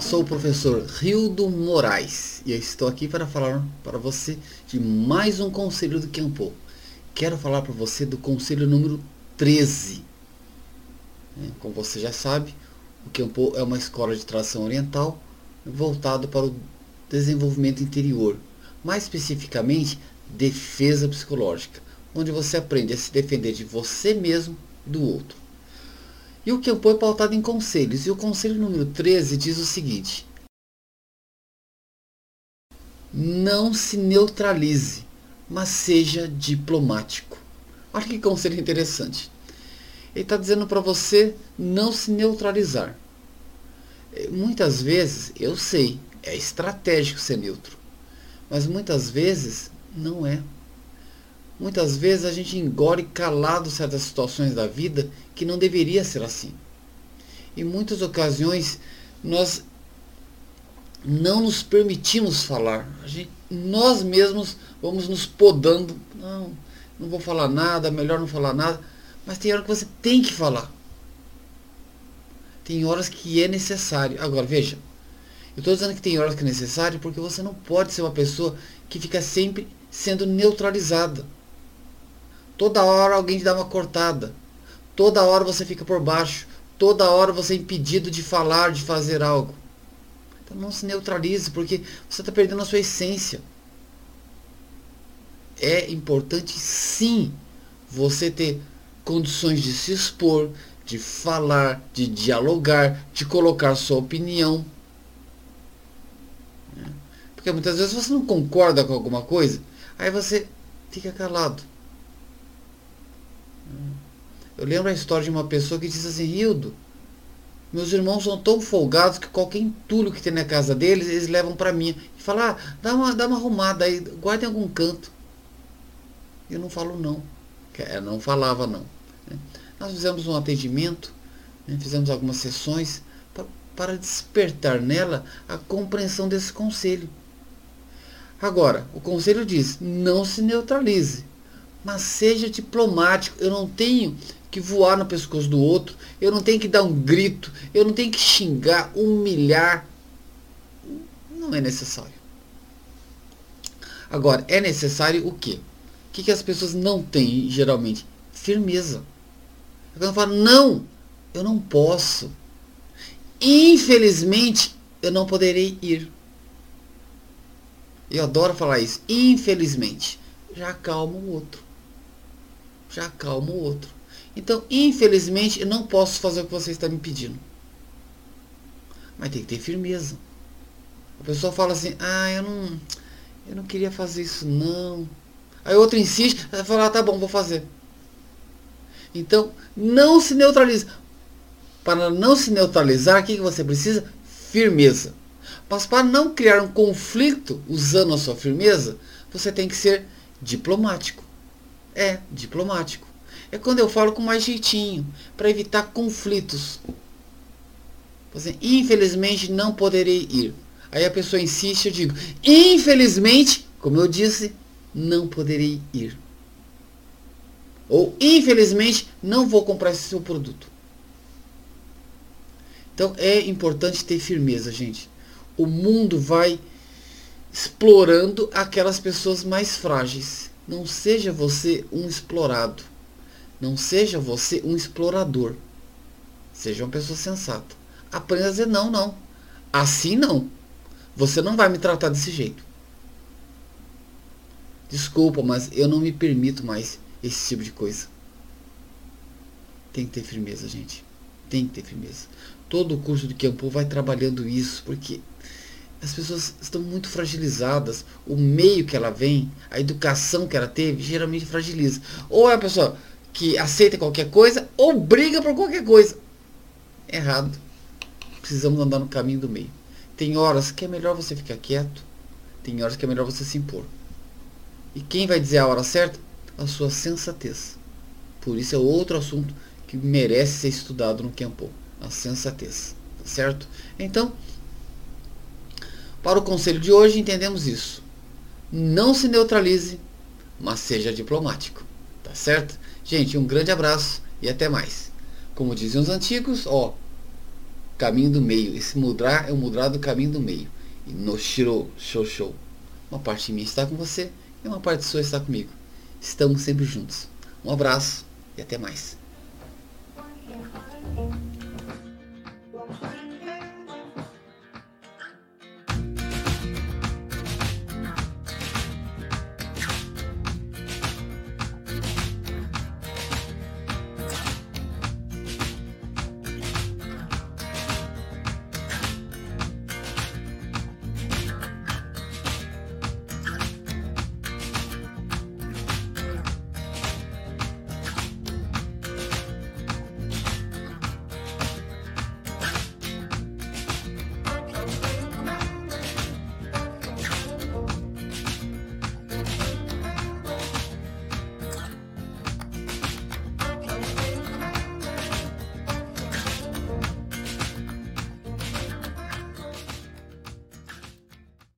sou o professor Rildo Moraes e eu estou aqui para falar para você de mais um conselho do Kenpo. Quero falar para você do conselho número 13. Como você já sabe, o Kenpo é uma escola de tradição oriental voltado para o desenvolvimento interior, mais especificamente defesa psicológica, onde você aprende a se defender de você mesmo e do outro. E o Kenpo é pautado em conselhos, e o conselho número 13 diz o seguinte: não se neutralize, mas seja diplomático. Olha que conselho interessante. Ele está dizendo para você não se neutralizar. Muitas vezes, eu sei, é estratégico ser neutro, mas muitas vezes não é. Muitas vezes a gente engole calado certas situações da vida que não deveria ser assim. Em muitas ocasiões nós não nos permitimos falar. Nós mesmos vamos nos podando. Não vou falar nada, melhor não falar nada. Mas tem hora que você tem que falar. Tem horas que é necessário. Agora veja, eu estou dizendo que tem horas que é necessário porque você não pode ser uma pessoa que fica sempre sendo neutralizada. Toda hora alguém te dá uma cortada. Toda hora você fica por baixo. Toda hora você é impedido de falar, de fazer algo. Então não se neutralize, porque você está perdendo a sua essência. É importante sim você ter condições de se expor, de falar, de dialogar, de colocar sua opinião. Porque muitas vezes você não concorda com alguma coisa, aí você fica calado. Eu lembro a história de uma pessoa que disse assim: Rildo, meus irmãos são tão folgados que qualquer entulho que tem na casa deles, eles levam para mim. E falam, dá uma arrumada aí, guarda em algum canto. Eu não falo não. Ela não falava não. Nós fizemos um atendimento, fizemos algumas sessões para despertar nela a compreensão desse conselho. Agora, o conselho diz, não se neutralize, mas seja diplomático. Eu não tenho que voar no pescoço do outro, eu não tenho que dar um grito, eu não tenho que xingar, humilhar. Não é necessário. Agora, é necessário o quê? O que as pessoas não têm, geralmente? Firmeza. Quando eu falo, não, eu não posso. Infelizmente, eu não poderei ir. Eu adoro falar isso. Infelizmente. Já acalma o outro. Já acalma o outro. Então, infelizmente, eu não posso fazer o que você está me pedindo. Mas tem que ter firmeza. A pessoa fala assim, eu não queria fazer isso não. Aí o outro insiste, vai falar, tá bom, vou fazer. Então, não se neutralize. Para não se neutralizar, o que você precisa? Firmeza. Mas para não criar um conflito usando a sua firmeza, você tem que ser diplomático. Diplomático. É quando eu falo com mais jeitinho, para evitar conflitos. Assim, infelizmente não poderei ir. Aí a pessoa insiste, eu digo, infelizmente, como eu disse, não poderei ir. Ou, infelizmente, não vou comprar esse seu produto. Então, é importante ter firmeza, gente. O mundo vai explorando aquelas pessoas mais frágeis. Não seja você um explorado. Não seja você um explorador. Seja uma pessoa sensata. Aprenda a dizer não, não. Assim não. Você não vai me tratar desse jeito. Desculpa, mas eu não me permito mais esse tipo de coisa. Tem que ter firmeza, gente. Tem que ter firmeza. Todo o curso do Kenpo vai trabalhando isso, porque as pessoas estão muito fragilizadas. O meio que ela vem, a educação que ela teve, geralmente fragiliza. Ou é a pessoa que aceita qualquer coisa, ou briga por qualquer coisa. Errado. Precisamos andar no caminho do meio. Tem horas que é melhor você ficar quieto. Tem horas que é melhor você se impor. E quem vai dizer a hora certa? A sua sensatez. Por isso é outro assunto que merece ser estudado no Kenpo. A sensatez. Certo? Então, para o conselho de hoje, entendemos isso. Não se neutralize, mas seja diplomático. Tá certo? Gente, um grande abraço e até mais. Como diziam os antigos, caminho do meio. Esse mudra é o mudra do caminho do meio. E no shiro shou. Uma parte de mim está com você e uma parte sua está comigo. Estamos sempre juntos. Um abraço e até mais.